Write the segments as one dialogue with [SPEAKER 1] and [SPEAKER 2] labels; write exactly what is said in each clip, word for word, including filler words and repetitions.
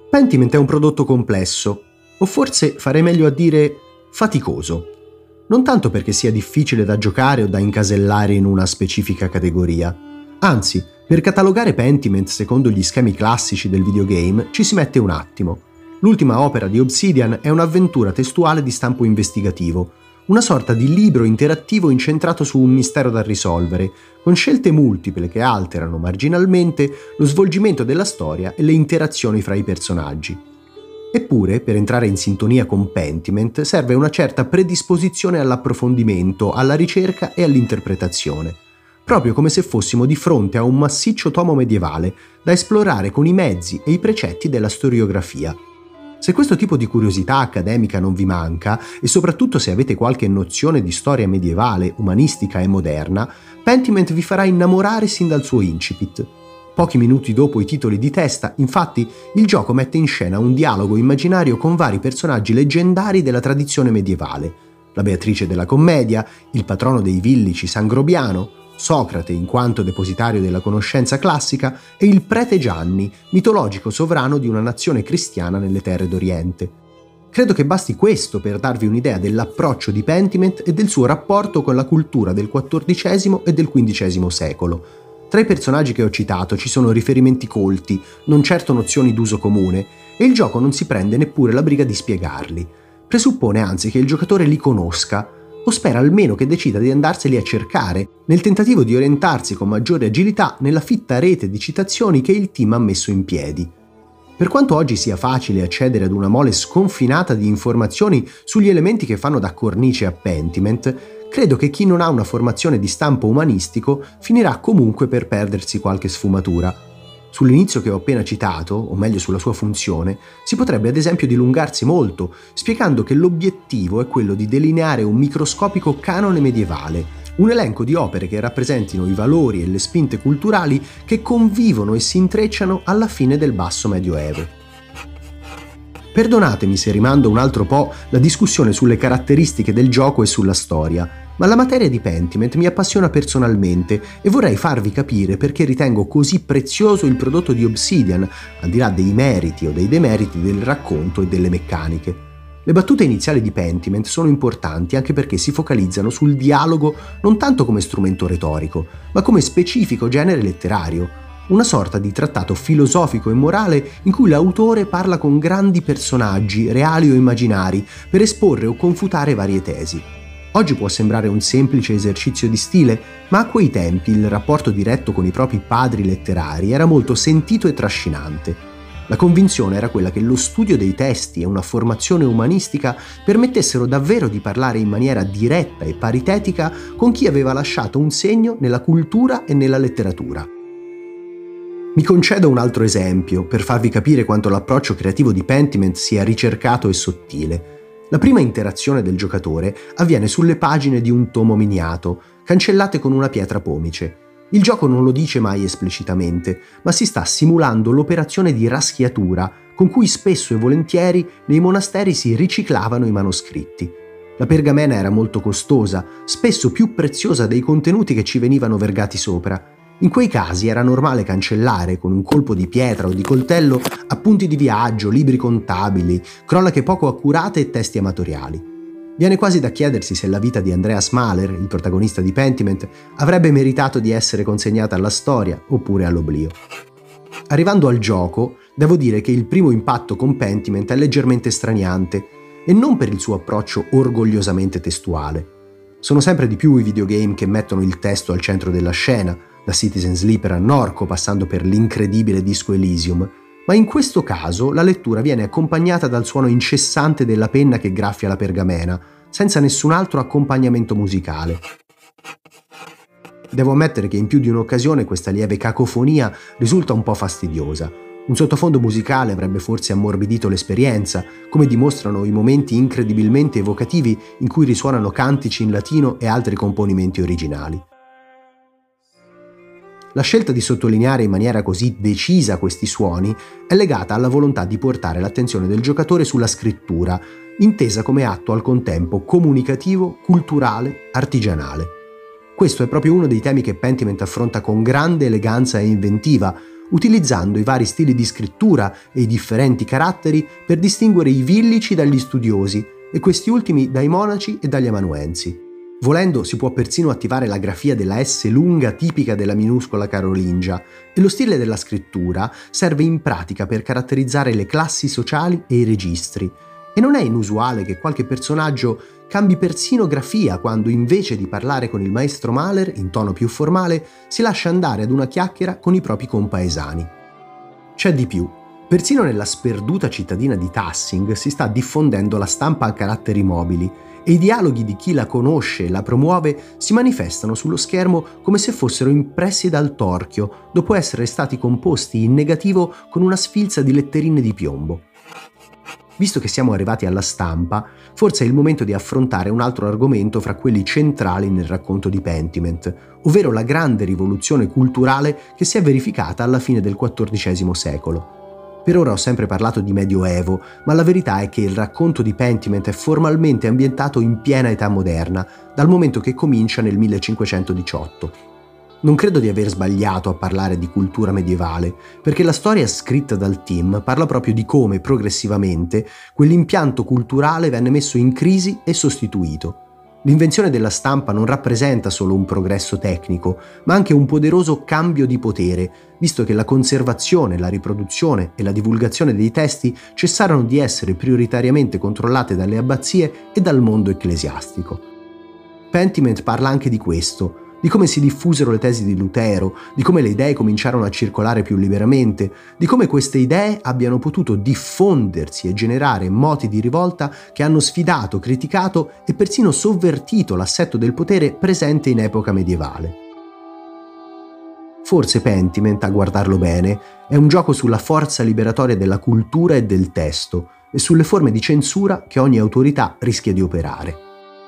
[SPEAKER 1] Pentiment è un prodotto complesso, o forse farei meglio a dire faticoso. Non tanto perché sia difficile da giocare o da incasellare in una specifica categoria. Anzi, per catalogare Pentiment secondo gli schemi classici del videogame ci si mette un attimo. L'ultima opera di Obsidian è un'avventura testuale di stampo investigativo, una sorta di libro interattivo incentrato su un mistero da risolvere, con scelte multiple che alterano marginalmente lo svolgimento della storia e le interazioni fra i personaggi. Eppure, per entrare in sintonia con Pentiment serve una certa predisposizione all'approfondimento, alla ricerca e all'interpretazione, proprio come se fossimo di fronte a un massiccio tomo medievale da esplorare con i mezzi e i precetti della storiografia. Se questo tipo di curiosità accademica non vi manca, e soprattutto se avete qualche nozione di storia medievale, umanistica e moderna, Pentiment vi farà innamorare sin dal suo incipit. Pochi minuti dopo i titoli di testa, infatti, il gioco mette in scena un dialogo immaginario con vari personaggi leggendari della tradizione medievale: la Beatrice della Commedia, il patrono dei villici San Grobiano, Socrate in quanto depositario della conoscenza classica e il prete Gianni, mitologico sovrano di una nazione cristiana nelle terre d'Oriente. Credo che basti questo per darvi un'idea dell'approccio di Pentiment e del suo rapporto con la cultura del quattordicesimo e del quindicesimo secolo. Tra i personaggi che ho citato ci sono riferimenti colti, non certo nozioni d'uso comune, e il gioco non si prende neppure la briga di spiegarli. Presuppone anzi che il giocatore li conosca, o spera almeno che decida di andarseli a cercare, nel tentativo di orientarsi con maggiore agilità nella fitta rete di citazioni che il team ha messo in piedi. Per quanto oggi sia facile accedere ad una mole sconfinata di informazioni sugli elementi che fanno da cornice a Pentiment, credo che chi non ha una formazione di stampo umanistico finirà comunque per perdersi qualche sfumatura. Sull'inizio che ho appena citato, o meglio sulla sua funzione, si potrebbe ad esempio dilungarsi molto, spiegando che l'obiettivo è quello di delineare un microscopico canone medievale, un elenco di opere che rappresentino i valori e le spinte culturali che convivono e si intrecciano alla fine del basso medioevo. Perdonatemi se rimando un altro po' la discussione sulle caratteristiche del gioco e sulla storia, ma la materia di Pentiment mi appassiona personalmente e vorrei farvi capire perché ritengo così prezioso il prodotto di Obsidian, al di là dei meriti o dei demeriti del racconto e delle meccaniche. Le battute iniziali di Pentiment sono importanti anche perché si focalizzano sul dialogo non tanto come strumento retorico, ma come specifico genere letterario, una sorta di trattato filosofico e morale in cui l'autore parla con grandi personaggi, reali o immaginari, per esporre o confutare varie tesi. Oggi può sembrare un semplice esercizio di stile, ma a quei tempi il rapporto diretto con i propri padri letterari era molto sentito e trascinante. La convinzione era quella che lo studio dei testi e una formazione umanistica permettessero davvero di parlare in maniera diretta e paritetica con chi aveva lasciato un segno nella cultura e nella letteratura. Mi concedo un altro esempio per farvi capire quanto l'approccio creativo di Pentiment sia ricercato e sottile. La prima interazione del giocatore avviene sulle pagine di un tomo miniato, cancellate con una pietra pomice. Il gioco non lo dice mai esplicitamente, ma si sta simulando l'operazione di raschiatura con cui spesso e volentieri nei monasteri si riciclavano i manoscritti. La pergamena era molto costosa, spesso più preziosa dei contenuti che ci venivano vergati sopra. In quei casi era normale cancellare con un colpo di pietra o di coltello appunti di viaggio, libri contabili, cronache poco accurate e testi amatoriali. Viene quasi da chiedersi se la vita di Andreas Mahler, il protagonista di Pentiment, avrebbe meritato di essere consegnata alla storia oppure all'oblio. Arrivando al gioco, devo dire che il primo impatto con Pentiment è leggermente straniante, e non per il suo approccio orgogliosamente testuale. Sono sempre di più i videogame che mettono il testo al centro della scena, da Citizen Sleeper a Norco passando per l'incredibile Disco Elysium, ma in questo caso la lettura viene accompagnata dal suono incessante della penna che graffia la pergamena, senza nessun altro accompagnamento musicale. Devo ammettere che in più di un'occasione questa lieve cacofonia risulta un po' fastidiosa. Un sottofondo musicale avrebbe forse ammorbidito l'esperienza, come dimostrano i momenti incredibilmente evocativi in cui risuonano cantici in latino e altri componimenti originali. La scelta di sottolineare in maniera così decisa questi suoni è legata alla volontà di portare l'attenzione del giocatore sulla scrittura, intesa come atto al contempo comunicativo, culturale, artigianale. Questo è proprio uno dei temi che Pentiment affronta con grande eleganza e inventiva, utilizzando i vari stili di scrittura e i differenti caratteri per distinguere i villici dagli studiosi e questi ultimi dai monaci e dagli amanuensi. Volendo si può persino attivare la grafia della S lunga tipica della minuscola carolingia e lo stile della scrittura serve in pratica per caratterizzare le classi sociali e i registri. E non è inusuale che qualche personaggio cambi persino grafia quando invece di parlare con il maestro Mahler in tono più formale si lascia andare ad una chiacchiera con i propri compaesani. C'è di più. Persino nella sperduta cittadina di Tassing si sta diffondendo la stampa a caratteri mobili e i dialoghi di chi la conosce e la promuove si manifestano sullo schermo come se fossero impressi dal torchio, dopo essere stati composti in negativo con una sfilza di letterine di piombo. Visto che siamo arrivati alla stampa, forse è il momento di affrontare un altro argomento fra quelli centrali nel racconto di Pentiment, ovvero la grande rivoluzione culturale che si è verificata alla fine del quattordicesimo secolo. Per ora ho sempre parlato di Medioevo, ma la verità è che il racconto di Pentiment è formalmente ambientato in piena età moderna, dal momento che comincia nel millecinquecentodiciotto. Non credo di aver sbagliato a parlare di cultura medievale, perché la storia scritta dal team parla proprio di come, progressivamente, quell'impianto culturale venne messo in crisi e sostituito. L'invenzione della stampa non rappresenta solo un progresso tecnico, ma anche un poderoso cambio di potere, visto che la conservazione, la riproduzione e la divulgazione dei testi cessarono di essere prioritariamente controllate dalle abbazie e dal mondo ecclesiastico. Pentiment parla anche di questo, di come si diffusero le tesi di Lutero, di come le idee cominciarono a circolare più liberamente, di come queste idee abbiano potuto diffondersi e generare moti di rivolta che hanno sfidato, criticato e persino sovvertito l'assetto del potere presente in epoca medievale. Forse Pentiment, a guardarlo bene, è un gioco sulla forza liberatoria della cultura e del testo e sulle forme di censura che ogni autorità rischia di operare.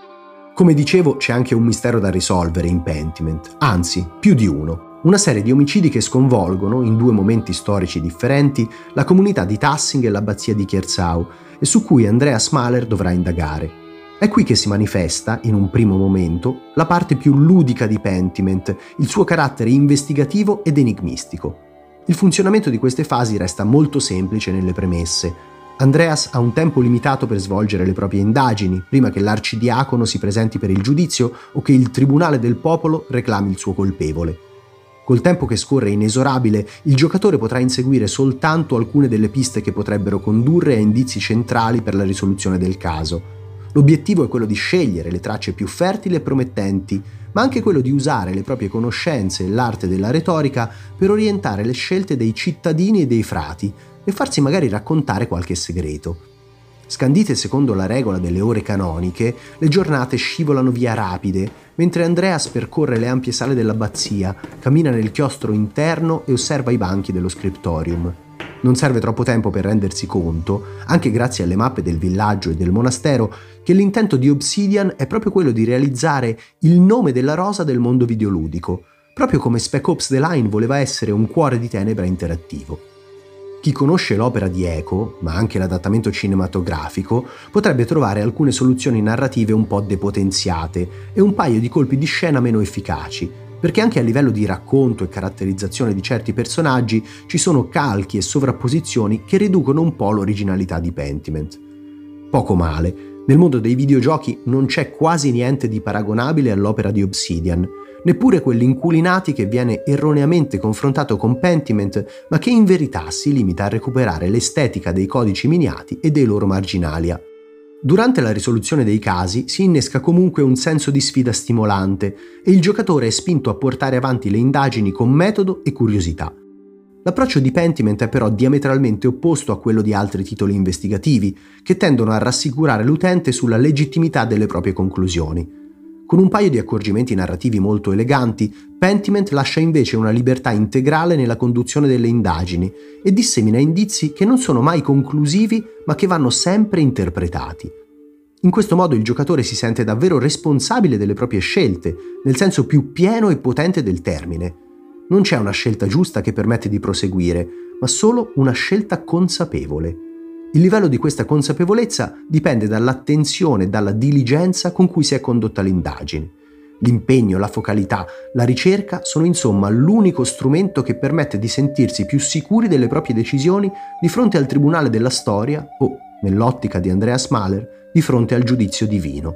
[SPEAKER 1] Come dicevo, c'è anche un mistero da risolvere in Pentiment, anzi, più di uno. Una serie di omicidi che sconvolgono, in due momenti storici differenti, la comunità di Tassing e l'abbazia di Kierzau, e su cui Andreas Mahler dovrà indagare. È qui che si manifesta, in un primo momento, la parte più ludica di Pentiment, il suo carattere investigativo ed enigmistico. Il funzionamento di queste fasi resta molto semplice nelle premesse. Andreas ha un tempo limitato per svolgere le proprie indagini, prima che l'arcidiacono si presenti per il giudizio o che il tribunale del popolo reclami il suo colpevole. Col tempo che scorre inesorabile, il giocatore potrà inseguire soltanto alcune delle piste che potrebbero condurre a indizi centrali per la risoluzione del caso. L'obiettivo è quello di scegliere le tracce più fertili e promettenti, ma anche quello di usare le proprie conoscenze e l'arte della retorica per orientare le scelte dei cittadini e dei frati, e farsi magari raccontare qualche segreto. Scandite secondo la regola delle ore canoniche, le giornate scivolano via rapide, mentre Andreas percorre le ampie sale dell'abbazia, cammina nel chiostro interno e osserva i banchi dello scriptorium. Non serve troppo tempo per rendersi conto, anche grazie alle mappe del villaggio e del monastero, che l'intento di Obsidian è proprio quello di realizzare il nome della rosa del mondo videoludico, proprio come Spec Ops The Line voleva essere un cuore di tenebra interattivo. Chi conosce l'opera di Eco, ma anche l'adattamento cinematografico, potrebbe trovare alcune soluzioni narrative un po' depotenziate e un paio di colpi di scena meno efficaci, perché anche a livello di racconto e caratterizzazione di certi personaggi ci sono calchi e sovrapposizioni che riducono un po' l'originalità di Pentiment. Poco male, nel mondo dei videogiochi non c'è quasi niente di paragonabile all'opera di Obsidian, neppure quelli inculinati che viene erroneamente confrontato con Pentiment, ma che in verità si limita a recuperare l'estetica dei codici miniati e dei loro marginalia. Durante la risoluzione dei casi si innesca comunque un senso di sfida stimolante e il giocatore è spinto a portare avanti le indagini con metodo e curiosità. L'approccio di Pentiment è però diametralmente opposto a quello di altri titoli investigativi, che tendono a rassicurare l'utente sulla legittimità delle proprie conclusioni. Con un paio di accorgimenti narrativi molto eleganti, Pentiment lascia invece una libertà integrale nella conduzione delle indagini e dissemina indizi che non sono mai conclusivi ma che vanno sempre interpretati. In questo modo il giocatore si sente davvero responsabile delle proprie scelte, nel senso più pieno e potente del termine. Non c'è una scelta giusta che permette di proseguire, ma solo una scelta consapevole. Il livello di questa consapevolezza dipende dall'attenzione e dalla diligenza con cui si è condotta l'indagine. L'impegno, la focalità, la ricerca sono insomma l'unico strumento che permette di sentirsi più sicuri delle proprie decisioni di fronte al tribunale della storia o, nell'ottica di Andreas Mahler, di fronte al giudizio divino.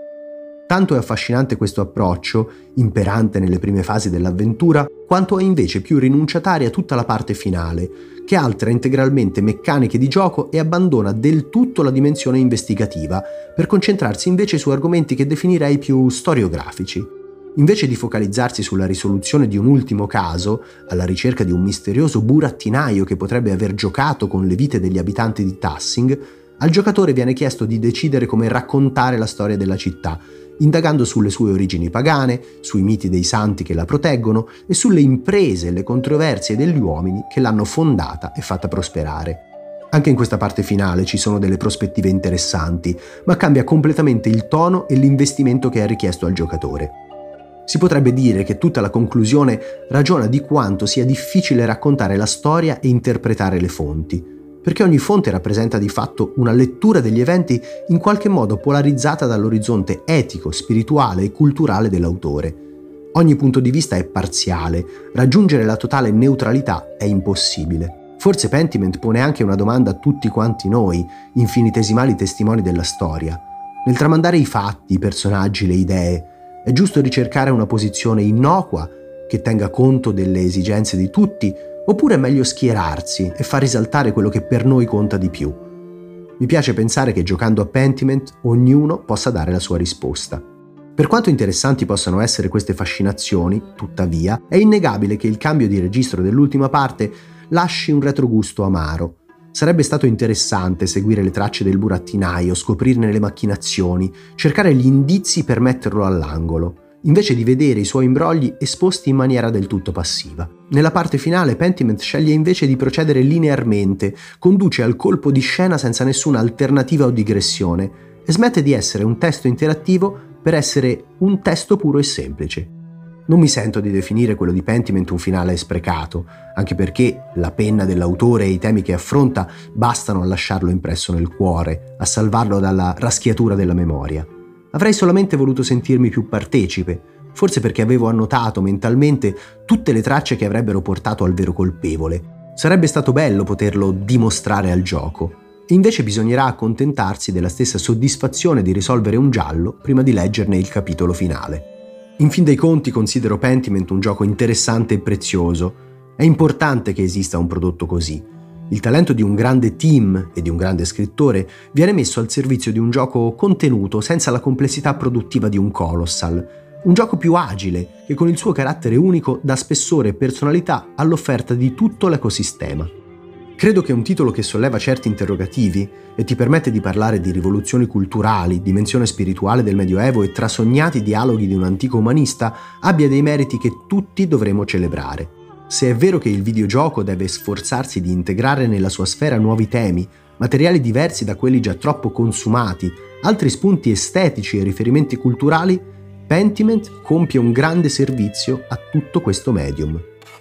[SPEAKER 1] Tanto è affascinante questo approccio, imperante nelle prime fasi dell'avventura, quanto è invece più rinunciataria tutta la parte finale, che altera integralmente meccaniche di gioco e abbandona del tutto la dimensione investigativa, per concentrarsi invece su argomenti che definirei più storiografici. Invece di focalizzarsi sulla risoluzione di un ultimo caso, alla ricerca di un misterioso burattinaio che potrebbe aver giocato con le vite degli abitanti di Tassing, al giocatore viene chiesto di decidere come raccontare la storia della città, indagando sulle sue origini pagane, sui miti dei santi che la proteggono e sulle imprese e le controversie degli uomini che l'hanno fondata e fatta prosperare. Anche in questa parte finale ci sono delle prospettive interessanti, ma cambia completamente il tono e l'investimento che è richiesto al giocatore. Si potrebbe dire che tutta la conclusione ragiona di quanto sia difficile raccontare la storia e interpretare le fonti, perché ogni fonte rappresenta di fatto una lettura degli eventi in qualche modo polarizzata dall'orizzonte etico, spirituale e culturale dell'autore. Ogni punto di vista è parziale, raggiungere la totale neutralità è impossibile. Forse Pentiment pone anche una domanda a tutti quanti noi, infinitesimali testimoni della storia. Nel tramandare i fatti, i personaggi, le idee, è giusto ricercare una posizione innocua che tenga conto delle esigenze di tutti, oppure è meglio schierarsi e far risaltare quello che per noi conta di più? Mi piace pensare che giocando a Pentiment ognuno possa dare la sua risposta. Per quanto interessanti possano essere queste fascinazioni, tuttavia, è innegabile che il cambio di registro dell'ultima parte lasci un retrogusto amaro. Sarebbe stato interessante seguire le tracce del burattinaio, scoprirne le macchinazioni, cercare gli indizi per metterlo all'angolo, invece di vedere i suoi imbrogli esposti in maniera del tutto passiva. Nella parte finale Pentiment sceglie invece di procedere linearmente, conduce al colpo di scena senza nessuna alternativa o digressione e smette di essere un testo interattivo per essere un testo puro e semplice. Non mi sento di definire quello di Pentiment un finale sprecato, anche perché la penna dell'autore e i temi che affronta bastano a lasciarlo impresso nel cuore, a salvarlo dalla raschiatura della memoria. Avrei solamente voluto sentirmi più partecipe, forse perché avevo annotato mentalmente tutte le tracce che avrebbero portato al vero colpevole. Sarebbe stato bello poterlo dimostrare al gioco, e invece bisognerà accontentarsi della stessa soddisfazione di risolvere un giallo prima di leggerne il capitolo finale. In fin dei conti considero Pentiment un gioco interessante e prezioso. È importante che esista un prodotto così. Il talento di un grande team e di un grande scrittore viene messo al servizio di un gioco contenuto senza la complessità produttiva di un Colossal. Un gioco più agile che con il suo carattere unico dà spessore e personalità all'offerta di tutto l'ecosistema. Credo che un titolo che solleva certi interrogativi e ti permette di parlare di rivoluzioni culturali, dimensione spirituale del Medioevo e trasognati dialoghi di un antico umanista abbia dei meriti che tutti dovremo celebrare. Se è vero che il videogioco deve sforzarsi di integrare nella sua sfera nuovi temi, materiali diversi da quelli già troppo consumati, altri spunti estetici e riferimenti culturali, Pentiment compie un grande servizio a tutto questo medium.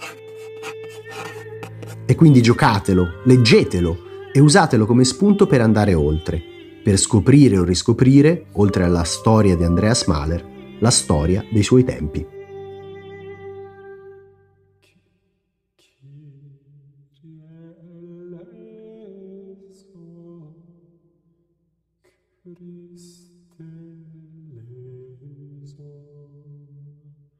[SPEAKER 1] E quindi giocatelo, leggetelo e usatelo come spunto per andare oltre, per scoprire o riscoprire, oltre alla storia di Andreas Mahler, la storia dei suoi tempi.